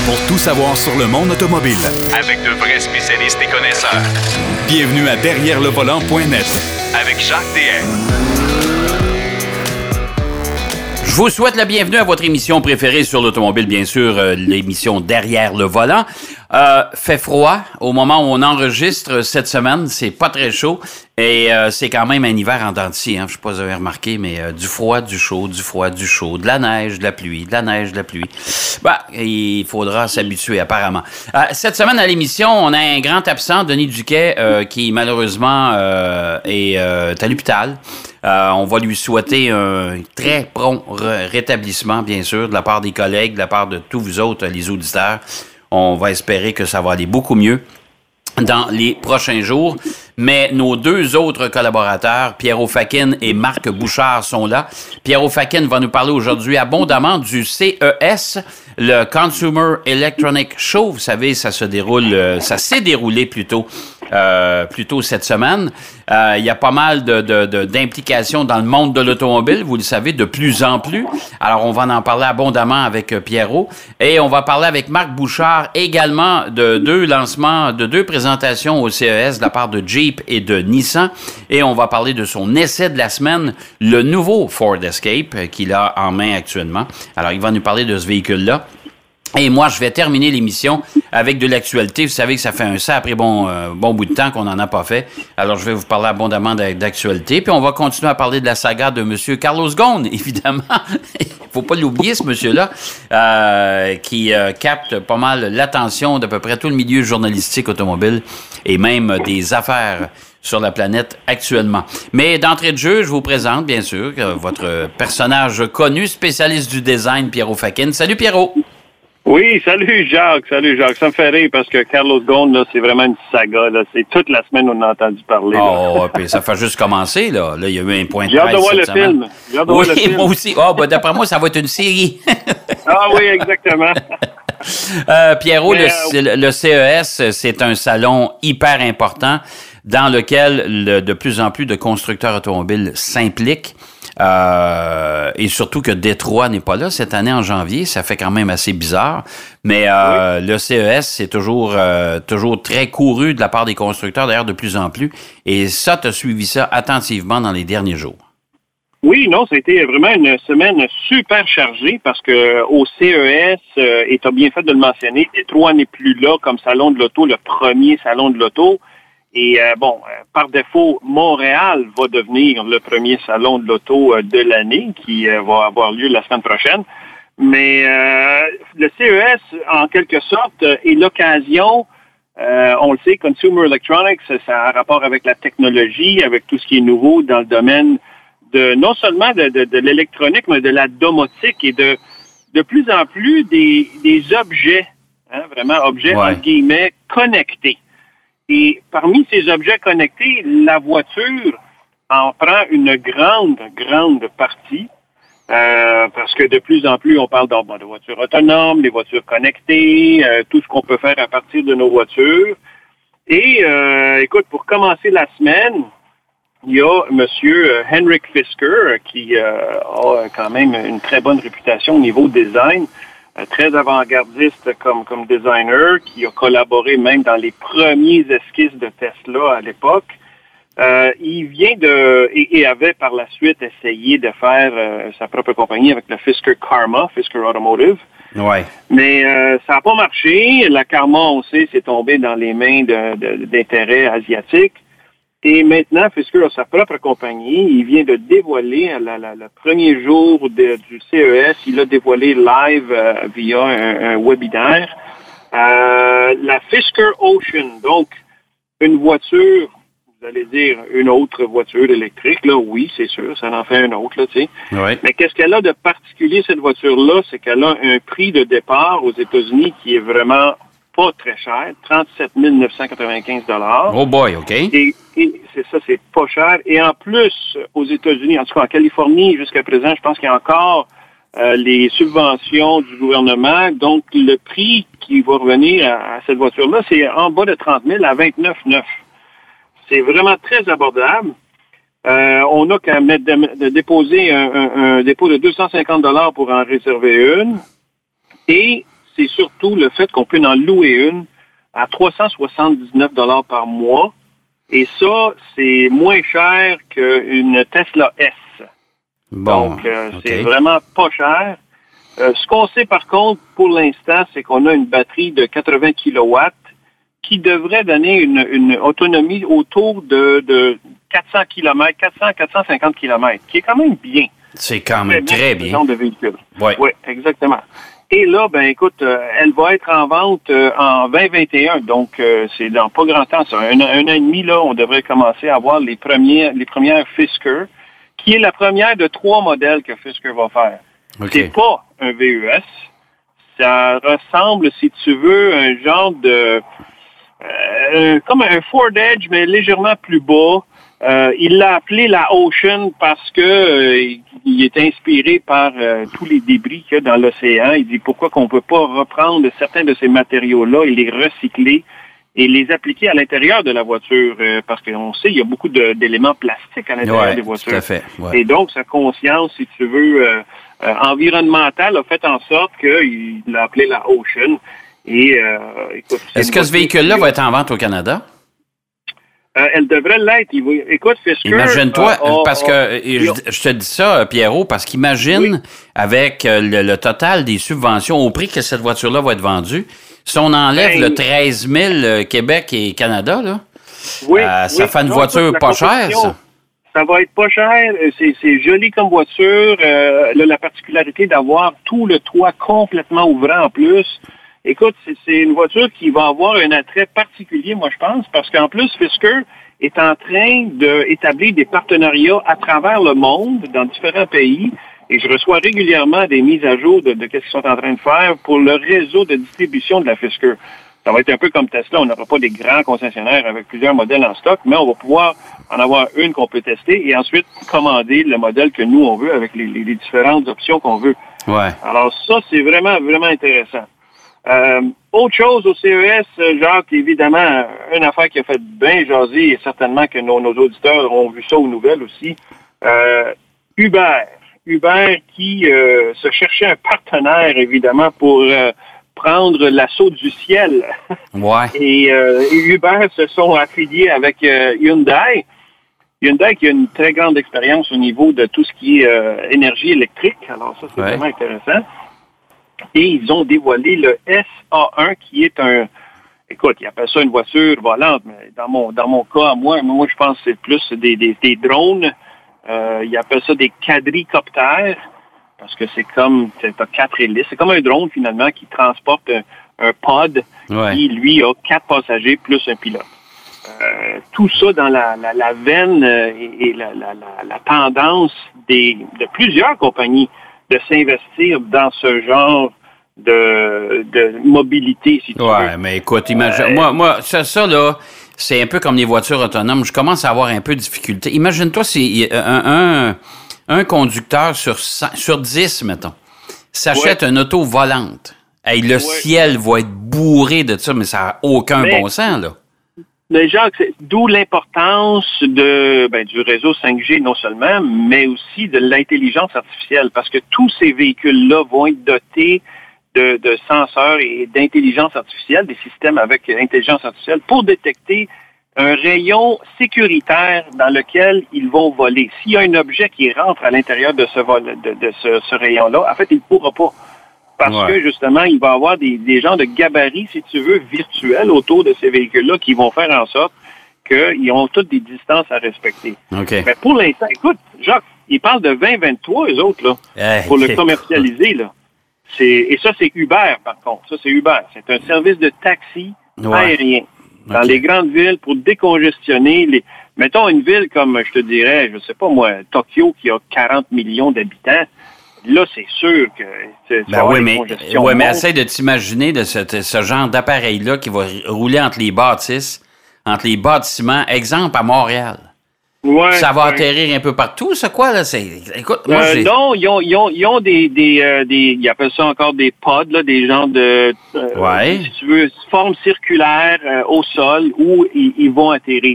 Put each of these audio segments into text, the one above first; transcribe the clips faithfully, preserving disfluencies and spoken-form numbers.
pour tout savoir sur le monde automobile. Avec de vrais spécialistes et connaisseurs. Bienvenue à Derrière le volant point net avec Jacques Déhaye. Je vous souhaite la bienvenue à votre émission préférée sur l'automobile, bien sûr, euh, l'émission Derrière le volant. Euh, fait froid au moment où on enregistre cette semaine, c'est pas très chaud et euh, c'est quand même un hiver en dents de scie, hein, je sais pas si vous avez remarqué, mais euh, du froid, du chaud, du froid, du chaud, de la neige, de la pluie, de la neige, de la pluie. Bah, il faudra s'habituer apparemment. Euh, cette semaine à l'émission, on a un grand absent, Denis Duquet, euh, qui malheureusement euh, est euh, à l'hôpital. Euh, on va lui souhaiter un très prompt ré- rétablissement, bien sûr, de la part des collègues, de la part de tous vous autres, les auditeurs. On va espérer que ça va aller beaucoup mieux dans les prochains jours. Mais nos deux autres collaborateurs, Pierrot Fakin et Marc Bouchard, sont là. Pierrot Fakin va nous parler aujourd'hui abondamment du C E S, le Consumer Electronic Show. Vous savez, ça se déroule, euh, ça s'est déroulé plutôt, euh, plutôt cette semaine. Euh, il y a pas mal de, de, de, d'implications dans le monde de l'automobile, vous le savez, de plus en plus. Alors, on va en parler abondamment avec euh, Pierrot. Et on va parler avec Marc Bouchard également de deux lancements, de deux présentations au C E S de la part de Jeep et de Nissan. Et on va parler de son essai de la semaine, le nouveau Ford Escape euh, qu'il a en main actuellement. Alors, il va nous parler de ce véhicule-là. Et moi, je vais terminer l'émission avec de l'actualité. Vous savez que ça fait un sacré bon, euh, bon bout de temps qu'on n'en a pas fait. Alors, je vais vous parler abondamment d'actualité. Puis, on va continuer à parler de la saga de M. Carlos Ghosn, évidemment. Il faut pas l'oublier, ce monsieur-là, euh, qui euh, capte pas mal l'attention d'à peu près tout le milieu journalistique automobile et même des affaires sur la planète actuellement. Mais d'entrée de jeu, je vous présente, bien sûr, votre personnage connu, spécialiste du design, Pierrot Fakin. Salut, Pierrot! Oui, salut Jacques, salut Jacques. Ça me fait rire parce que Carlos Ghosn, là, c'est vraiment une saga. Là. C'est toute la semaine qu'on a entendu parler. Oh, puis ça fait juste commencer, là. Là, il y a eu un point de J'ai hâte de voir le semaine. film. J'ai hâte de oui, voir le film. moi aussi. Oh, ben, d'après moi, ça va être une série. Ah oui, exactement. euh, Pierrot, Mais, le, euh, le C E S, c'est un salon hyper important dans lequel le, de plus en plus de constructeurs automobiles s'impliquent. Euh, et surtout que Détroit n'est pas là cette année en janvier, ça fait quand même assez bizarre. Mais euh, oui. Le C E S, c'est toujours euh, toujours très couru de la part des constructeurs, d'ailleurs de plus en plus. Et ça, tu as suivi ça attentivement dans les derniers jours. Oui, non, ça a été vraiment une semaine super chargée parce que au C E S, euh, et tu as bien fait de le mentionner, Détroit n'est plus là comme salon de l'auto, le premier salon de l'auto. Et euh, bon, euh, par défaut, Montréal va devenir le premier salon de l'auto euh, de l'année qui euh, va avoir lieu la semaine prochaine. Mais euh, le C E S, en quelque sorte, euh, est l'occasion, euh, on le sait, Consumer Electronics, ça a rapport avec la technologie, avec tout ce qui est nouveau dans le domaine de non seulement de, de, de l'électronique, mais de la domotique et de de plus en plus des, des objets, hein, vraiment objets, ouais. entre guillemets, connectés. Et parmi ces objets connectés, la voiture en prend une grande, grande partie, euh, parce que de plus en plus, on parle de, bon, de voitures autonomes, des voitures connectées, euh, tout ce qu'on peut faire à partir de nos voitures. Et, euh, écoute, pour commencer la semaine, il y a M. Henrik Fisker, qui euh, a quand même une très bonne réputation au niveau design, très avant-gardiste comme, comme designer, qui a collaboré même dans les premiers esquisses de Tesla à l'époque. Euh, il vient de, et, et avait par la suite essayé de faire euh, sa propre compagnie avec le Fisker Karma, Fisker Automotive. Ouais. Mais euh, ça n'a pas marché. La Karma, on sait, c'est tombé dans les mains de, de, d'intérêts asiatiques. Et maintenant, Fisker a sa propre compagnie. Il vient de dévoiler, la, la, le premier jour de, du C E S, il a dévoilé live euh, via un, un webinaire euh, la Fisker Ocean. Donc, une voiture, vous allez dire une autre voiture électrique, là, oui, c'est sûr, ça en fait une autre, là, tu sais. Ouais. Mais qu'est-ce qu'elle a de particulier, cette voiture-là? C'est qu'elle a un prix de départ aux États-Unis qui est vraiment pas très cher, trente-sept mille neuf cent quatre-vingt-quinze dollars. Oh boy, OK. Et, et c'est ça, c'est pas cher. Et en plus, aux États-Unis, en tout cas en Californie, jusqu'à présent, je pense qu'il y a encore euh, les subventions du gouvernement. Donc, le prix qui va revenir à, à cette voiture-là, c'est en bas de trente mille à vingt-neuf mille neuf cents. C'est vraiment très abordable. Euh, on n'a qu'à mettre de, de déposer un, un, un dépôt de deux cent cinquante dollars pour en réserver une. Et c'est surtout le fait qu'on peut en louer une à trois cent soixante-dix-neuf dollars par mois. Et ça, c'est moins cher qu'une Tesla S. Bon, Donc, euh, okay. c'est vraiment pas cher. Euh, ce qu'on sait, par contre, pour l'instant, c'est qu'on a une batterie de quatre-vingts kilowatts qui devrait donner une, une autonomie autour de, de quatre cents kilomètres, quatre cents à quatre cent cinquante kilomètres, qui est quand même bien. C'est quand même très, très bien. Ce genre de véhicule. Oui, ouais, exactement. Et là, ben écoute, euh, elle va être en vente euh, en vingt vingt et un, donc euh, c'est dans pas grand temps. Ça. Un, un an et demi, là, on devrait commencer à voir les premiers, les premières Fisker, qui est la première de trois modèles que Fisker va faire. Okay. C'est pas un V U S. Ça ressemble, si tu veux, un genre de... Euh, comme un Ford Edge, mais légèrement plus bas. Euh, il l'a appelé la Ocean parce que euh, il est inspiré par euh, tous les débris qu'il y a dans l'océan. Il dit pourquoi qu'on peut pas reprendre certains de ces matériaux-là et les recycler et les appliquer à l'intérieur de la voiture, euh, parce qu'on sait il y a beaucoup de, d'éléments plastiques à l'intérieur ouais, des voitures. Tout à fait. Ouais. Et donc sa conscience, si tu veux, euh, euh, environnementale a fait en sorte qu'il l'a appelé la Ocean. Et euh, écoute, est-ce que ce véhicule-là va être en vente au Canada? Euh, elle devrait l'être. Il va... Écoute, Fisker... Imagine-toi, euh, oh, parce oh, que je, je te dis ça, Pierrot, parce qu'imagine, oui. avec le, le total des subventions au prix que cette voiture-là va être vendue, si on enlève ben, le treize mille Québec et Canada, là, oui, euh, ça oui, fait une non, voiture pas chère, ça. Ça va être pas cher. C'est, c'est joli comme voiture. Euh, là, la particularité d'avoir tout le toit complètement ouvert en plus... Écoute, c'est, c'est une voiture qui va avoir un attrait particulier, moi, je pense, parce qu'en plus, Fisker est en train d'établir des partenariats à travers le monde, dans différents pays, et je reçois régulièrement des mises à jour de, de ce qu'ils sont en train de faire pour le réseau de distribution de la Fisker. Ça va être un peu comme Tesla, on n'aura pas des grands concessionnaires avec plusieurs modèles en stock, mais on va pouvoir en avoir une qu'on peut tester et ensuite commander le modèle que nous, on veut avec les, les, les différentes options qu'on veut. Ouais. Alors ça, c'est vraiment, vraiment intéressant. Euh, autre chose au C E S, Jacques, évidemment, une affaire qui a fait bien jaser, et certainement que nos, nos auditeurs ont vu ça aux nouvelles aussi, euh, Uber. Uber qui euh, se cherchait un partenaire, évidemment, pour euh, prendre l'assaut du ciel. Ouais. Et, euh, et Uber se sont affiliés avec euh, Hyundai. Hyundai qui a une très grande expérience au niveau de tout ce qui est euh, énergie électrique. Alors ça, c'est ouais. vraiment intéressant. Et ils ont dévoilé le S A un qui est un... Écoute, ils appellent ça une voiture volante, mais dans mon dans mon cas, moi, moi je pense que c'est plus des, des, des drones. Euh, ils appellent ça des quadricoptères, parce que c'est comme... T'as quatre hélices. C'est comme un drone, finalement, qui transporte un, un pod ouais. qui, lui, a quatre passagers plus un pilote. Euh, tout ça dans la, la, la veine et, et la, la, la, la tendance des, de plusieurs compagnies de s'investir dans ce genre de, de mobilité, si tu ouais, veux. mais écoute, imagine, euh, moi, moi, ça, ça, là, c'est un peu comme les voitures autonomes. Je commence à avoir un peu de difficulté. Imagine-toi, c'est un, un, un conducteur sur, cent, sur dix, mettons, s'achète ouais. une auto volante. Hey, le ouais. ciel va être bourré de ça, mais ça n'a aucun mais, bon sens, là. Mais Jacques, c'est, d'où l'importance de ben, du réseau cinq G non seulement, mais aussi de l'intelligence artificielle, parce que tous ces véhicules-là vont être dotés de, de senseurs et d'intelligence artificielle, des systèmes avec intelligence artificielle, pour détecter un rayon sécuritaire dans lequel ils vont voler. S'il y a un objet qui rentre à l'intérieur de ce vol, de, de ce, ce rayon-là, en fait, il ne pourra pas. Parce ouais. que, justement, il va y avoir des, des genres de gabarits, si tu veux, virtuels autour de ces véhicules-là qui vont faire en sorte qu'ils ont toutes des distances à respecter. Okay. Mais pour l'instant, écoute, Jacques, ils parlent de vingt vingt-trois, eux autres, là, hey, pour le commercialiser, là. C'est, et ça, c'est Uber, par contre. Ça, c'est Uber. C'est un service de taxi ouais. aérien dans okay. les grandes villes pour décongestionner les... Mettons une ville comme, je te dirais, je sais pas moi, Tokyo, qui a quarante millions d'habitants. Là, c'est sûr que... C'est, ben oui, mais, ouais, mais essaie de t'imaginer de ce, ce genre d'appareil-là qui va rouler entre les bâtisses, entre les bâtiments. Exemple, à Montréal. Ouais, ça va ouais. atterrir un peu partout, ça, quoi, là? C'est, écoute, moi, euh, j'ai... Non, ils ont, ils ont, ils ont des, des, euh, des... Ils appellent ça encore des pods, là, des genres de... Euh, ouais. Si tu veux, forme circulaire euh, au sol où ils, ils vont atterrir.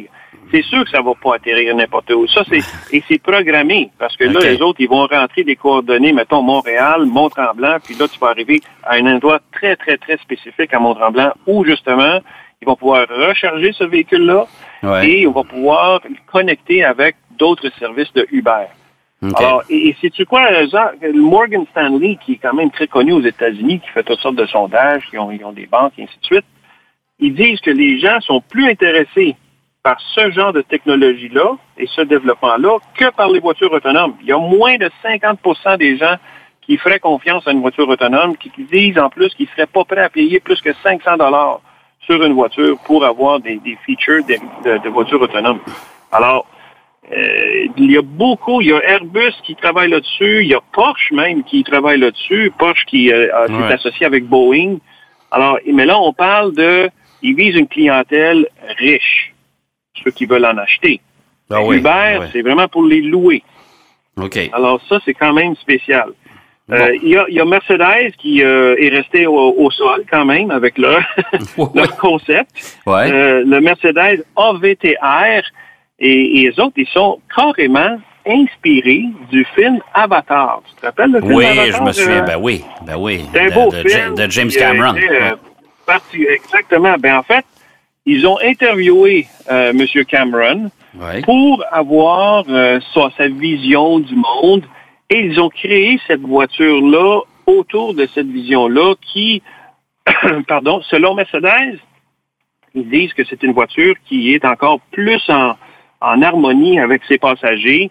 c'est sûr que ça va pas atterrir n'importe où. Ça, c'est et c'est programmé, parce que là, okay. les autres, ils vont rentrer des coordonnées, mettons, Montréal, Mont-Tremblant, puis là, tu vas arriver à un endroit très, très, très spécifique à Mont-Tremblant, où, justement, ils vont pouvoir recharger ce véhicule-là, ouais. et on va pouvoir le connecter avec d'autres services de Uber. Okay. Alors, et, et sais-tu quoi, Jean, Morgan Stanley, qui est quand même très connu aux États-Unis, qui fait toutes sortes de sondages, qui ont, ils ont des banques, et ainsi de suite, ils disent que les gens sont plus intéressés par ce genre de technologie-là et ce développement-là que par les voitures autonomes. Il y a moins de cinquante pour cent des gens qui feraient confiance à une voiture autonome, qui, qui disent en plus qu'ils ne seraient pas prêts à payer plus que cinq cents dollars sur une voiture pour avoir des, des features de, de, de voitures autonomes. Alors, euh, il y a beaucoup, il y a Airbus qui travaille là-dessus, il y a Porsche même qui travaille là-dessus, Porsche qui euh, ouais. s'est associé avec Boeing. Alors, mais là, on parle de, ils visent une clientèle riche, ceux qui veulent en acheter. Ah oui, Uber, oui. c'est vraiment pour les louer. OK. Alors ça, c'est quand même spécial. Bon. Euh, il, y a, il y a Mercedes qui euh, est resté au, au sol quand même avec leur, leur concept. Ouais. Euh, le Mercedes A V T R et, et les autres, ils sont carrément inspirés du film Avatar. Tu te rappelles le film oui, Avatar? Oui, je me souviens. Ben oui, ben oui. C'est un de, beau de, film. De James Cameron. Été, euh, parti, exactement. Ben en fait, ils ont interviewé euh, M. Cameron ouais. pour avoir euh, sa, sa vision du monde et ils ont créé cette voiture-là autour de cette vision-là qui, pardon, selon Mercedes, ils disent que c'est une voiture qui est encore plus en, en harmonie avec ses passagers.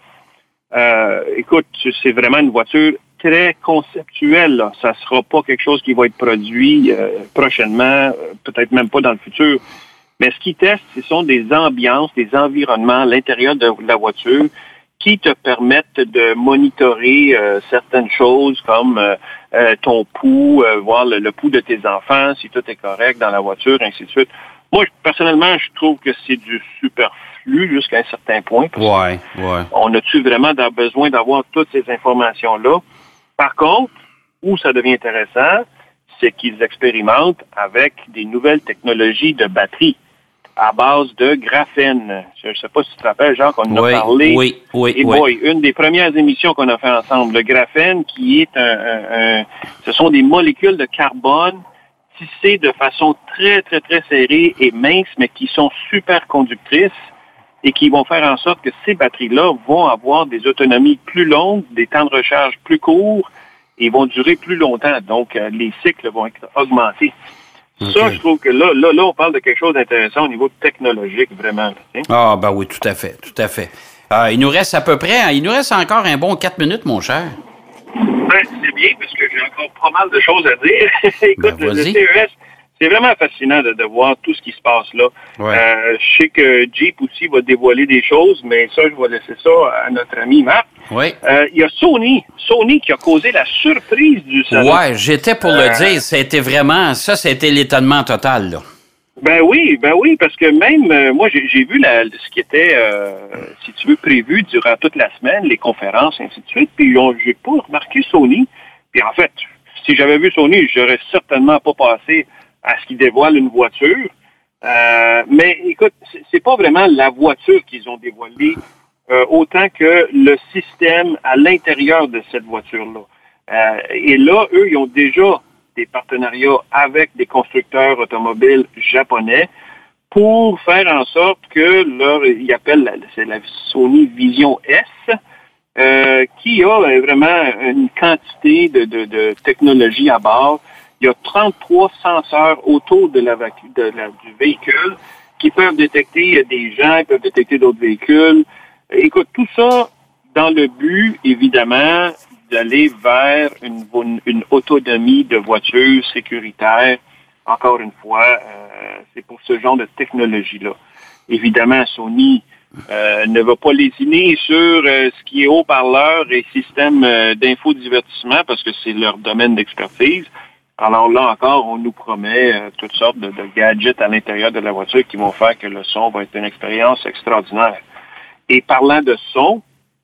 Euh, écoute, c'est vraiment une voiture très conceptuelle. Là. Ça ne sera pas quelque chose qui va être produit euh, prochainement, euh, peut-être même pas dans le futur. Mais ce qu'ils testent, ce sont des ambiances, des environnements à l'intérieur de la voiture qui te permettent de monitorer euh, certaines choses comme euh, euh, ton pouls, euh, voir le, le pouls de tes enfants, si tout est correct dans la voiture, ainsi de suite. Moi, personnellement, je trouve que c'est du superflu jusqu'à un certain point. Ouais, ouais. On a-tu vraiment besoin d'avoir toutes ces informations-là? Par contre, où ça devient intéressant, c'est qu'ils expérimentent avec des nouvelles technologies de batterie à base de graphène. Je ne sais pas si tu te rappelles, Jean, qu'on en oui, a parlé. Oui, oui, Et oui. boy, une des premières émissions qu'on a fait ensemble, le graphène, qui est un, un, un... Ce sont des molécules de carbone tissées de façon très, très, très serrée et mince, mais qui sont super conductrices et qui vont faire en sorte que ces batteries-là vont avoir des autonomies plus longues, des temps de recharge plus courts et vont durer plus longtemps. Donc, euh, les cycles vont être augmentés. Okay. Ça, je trouve que là, là, là, on parle de quelque chose d'intéressant au niveau technologique, vraiment. Là, ah, ben oui, tout à fait, tout à fait. Euh, il nous reste à peu près, il nous reste encore un bon quatre minutes, mon cher. Ben, c'est bien, parce que j'ai encore pas mal de choses à dire. Écoute, ben, le, le C E S, c'est vraiment fascinant de, de voir tout ce qui se passe là. Ouais. Euh, je sais que Jeep aussi va dévoiler des choses, mais ça, je vais laisser ça à notre ami Marc. Oui. Euh, il y a Sony, Sony qui a causé la surprise du salon. Ouais, j'étais pour euh, le dire, c'était vraiment, ça, c'était l'étonnement total, là. Ben oui, ben oui, parce que même, euh, moi, j'ai, j'ai vu la, ce qui était, euh, si tu veux, prévu durant toute la semaine, les conférences, et ainsi de suite, puis on, j'ai pas remarqué Sony. Puis en fait, si j'avais vu Sony, j'aurais certainement pas passé à ce qu'ils dévoilent une voiture. Euh, mais écoute, c'est, c'est pas vraiment la voiture qu'ils ont dévoilée, euh, autant que le système à l'intérieur de cette voiture-là. Euh, et là, eux, ils ont déjà des partenariats avec des constructeurs automobiles japonais pour faire en sorte que leur, ils appellent, la, c'est la Sony Vision S, euh, qui a vraiment une quantité de, de, de technologie à bord. Il y a trente-trois senseurs autour de la, de la, du véhicule qui peuvent détecter des gens, peuvent détecter d'autres véhicules. Écoute, tout ça dans le but, évidemment, d'aller vers une, une, une autonomie de voitures sécuritaire. Encore une fois, euh, c'est pour ce genre de technologie-là. Évidemment, Sony euh, ne va pas lésiner sur euh, ce qui est haut-parleur et système euh, d'infodivertissement parce que c'est leur domaine d'expertise. Alors là encore, on nous promet euh, toutes sortes de, de gadgets à l'intérieur de la voiture qui vont faire que le son va être une expérience extraordinaire. Et parlant de son,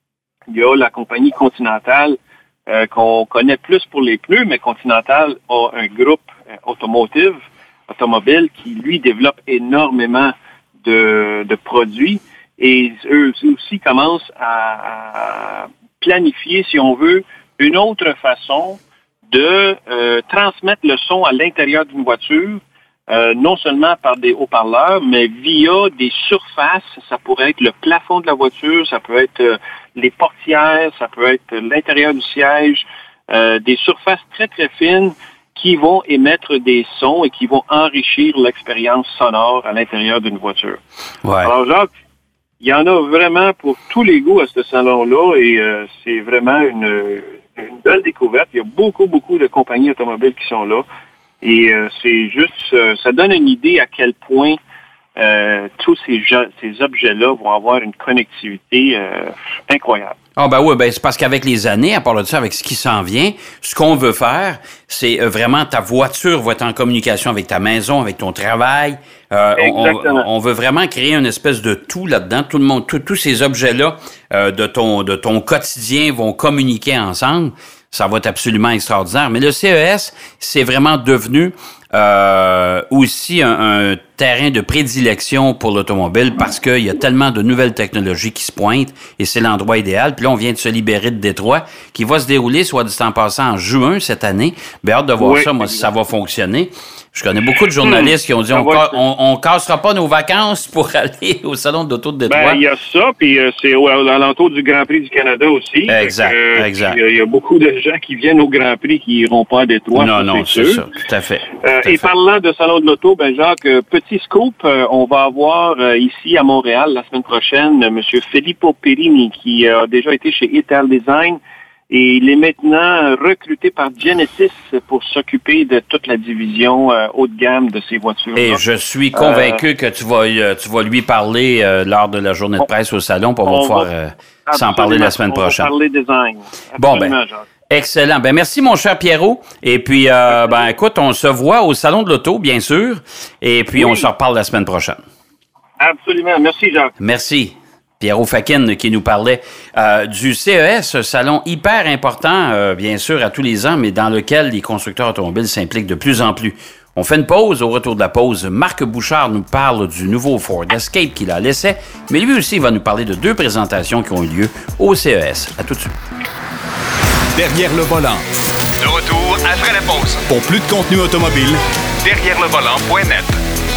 il y a la compagnie Continental euh, qu'on connaît plus pour les pneus, mais Continental a un groupe euh, automotive, automobile, qui lui développe énormément de, de produits. et eux aussi commencent à, à planifier, si on veut, une autre façon de euh, transmettre le son à l'intérieur d'une voiture, euh, non seulement par des haut-parleurs, mais via des surfaces. Ça pourrait être le plafond de la voiture, ça peut être euh, les portières, ça peut être l'intérieur du siège, euh, des surfaces très, très fines qui vont émettre des sons et qui vont enrichir l'expérience sonore à l'intérieur d'une voiture. Ouais. Alors, Jacques, il y en a vraiment pour tous les goûts à ce salon-là et euh, c'est vraiment une, une belle découverte. Il y a beaucoup, beaucoup de compagnies automobiles qui sont là et euh, c'est juste, euh, ça donne une idée à quel point euh, tous ces, ces objets-là vont avoir une connectivité euh, incroyable. Ah ben oui, ben c'est parce qu'avec les années, à part de ça, avec ce qui s'en vient, ce qu'on veut faire, c'est euh, vraiment ta voiture va être en communication avec ta maison, avec ton travail. Euh, on, on veut vraiment créer une espèce de tout là-dedans. Tout le monde, tout, tous ces objets-là euh, de ton de ton quotidien vont communiquer ensemble. Ça va être absolument extraordinaire. Mais le C E S, c'est vraiment devenu euh, aussi un, un terrain de prédilection pour l'automobile parce qu'il y a tellement de nouvelles technologies qui se pointent et c'est l'endroit idéal. Puis là, on vient de se libérer de Détroit, qui va se dérouler, soit dit en passant, en juin cette année. Bien, hâte de voir oui, ça, moi, si ça va fonctionner. Je connais beaucoup de journalistes qui ont dit on, ca- on, on cassera pas nos vacances pour aller au salon de l'auto de Détroit. Ben, il y a ça, puis euh, c'est au, à l'entour du Grand Prix du Canada aussi. Exact, euh, exact. Il y, y a beaucoup de gens qui viennent au Grand Prix qui iront pas à Détroit. Non, non, c'est, c'est ça, tout à fait. Tout euh, à et fait. parlant de salon de l'auto, ben Jacques, euh, petit scoop, euh, on va avoir euh, ici à Montréal la semaine prochaine M. Filippo Perini qui a déjà été chez Ital Design. Et il est maintenant recruté par Genesis pour s'occuper de toute la division euh, haut de gamme de ces voitures. Et je suis convaincu euh, que tu vas, euh, tu vas lui parler euh, lors de la journée de presse au salon, pour on, on va pouvoir euh, s'en parler la semaine prochaine. On va parler design. Bon, ben, excellent. Ben, merci, mon cher Pierrot. Et puis, euh, ben, écoute, on se voit au salon de l'auto, bien sûr. Et puis, oui. On se reparle la semaine prochaine. Absolument. Merci, Jacques. Merci. Pierrot Fakin qui nous parlait euh, du C E S, un salon hyper important, euh, bien sûr, à tous les ans, mais dans lequel les constructeurs automobiles s'impliquent de plus en plus. On fait une pause. Au retour de la pause, Marc Bouchard nous parle du nouveau Ford Escape qu'il a laissé, mais lui aussi va nous parler de deux présentations qui ont eu lieu au C E S. À tout de suite. Derrière le volant. De retour après la pause. Pour plus de contenu automobile, derrière le volant point net.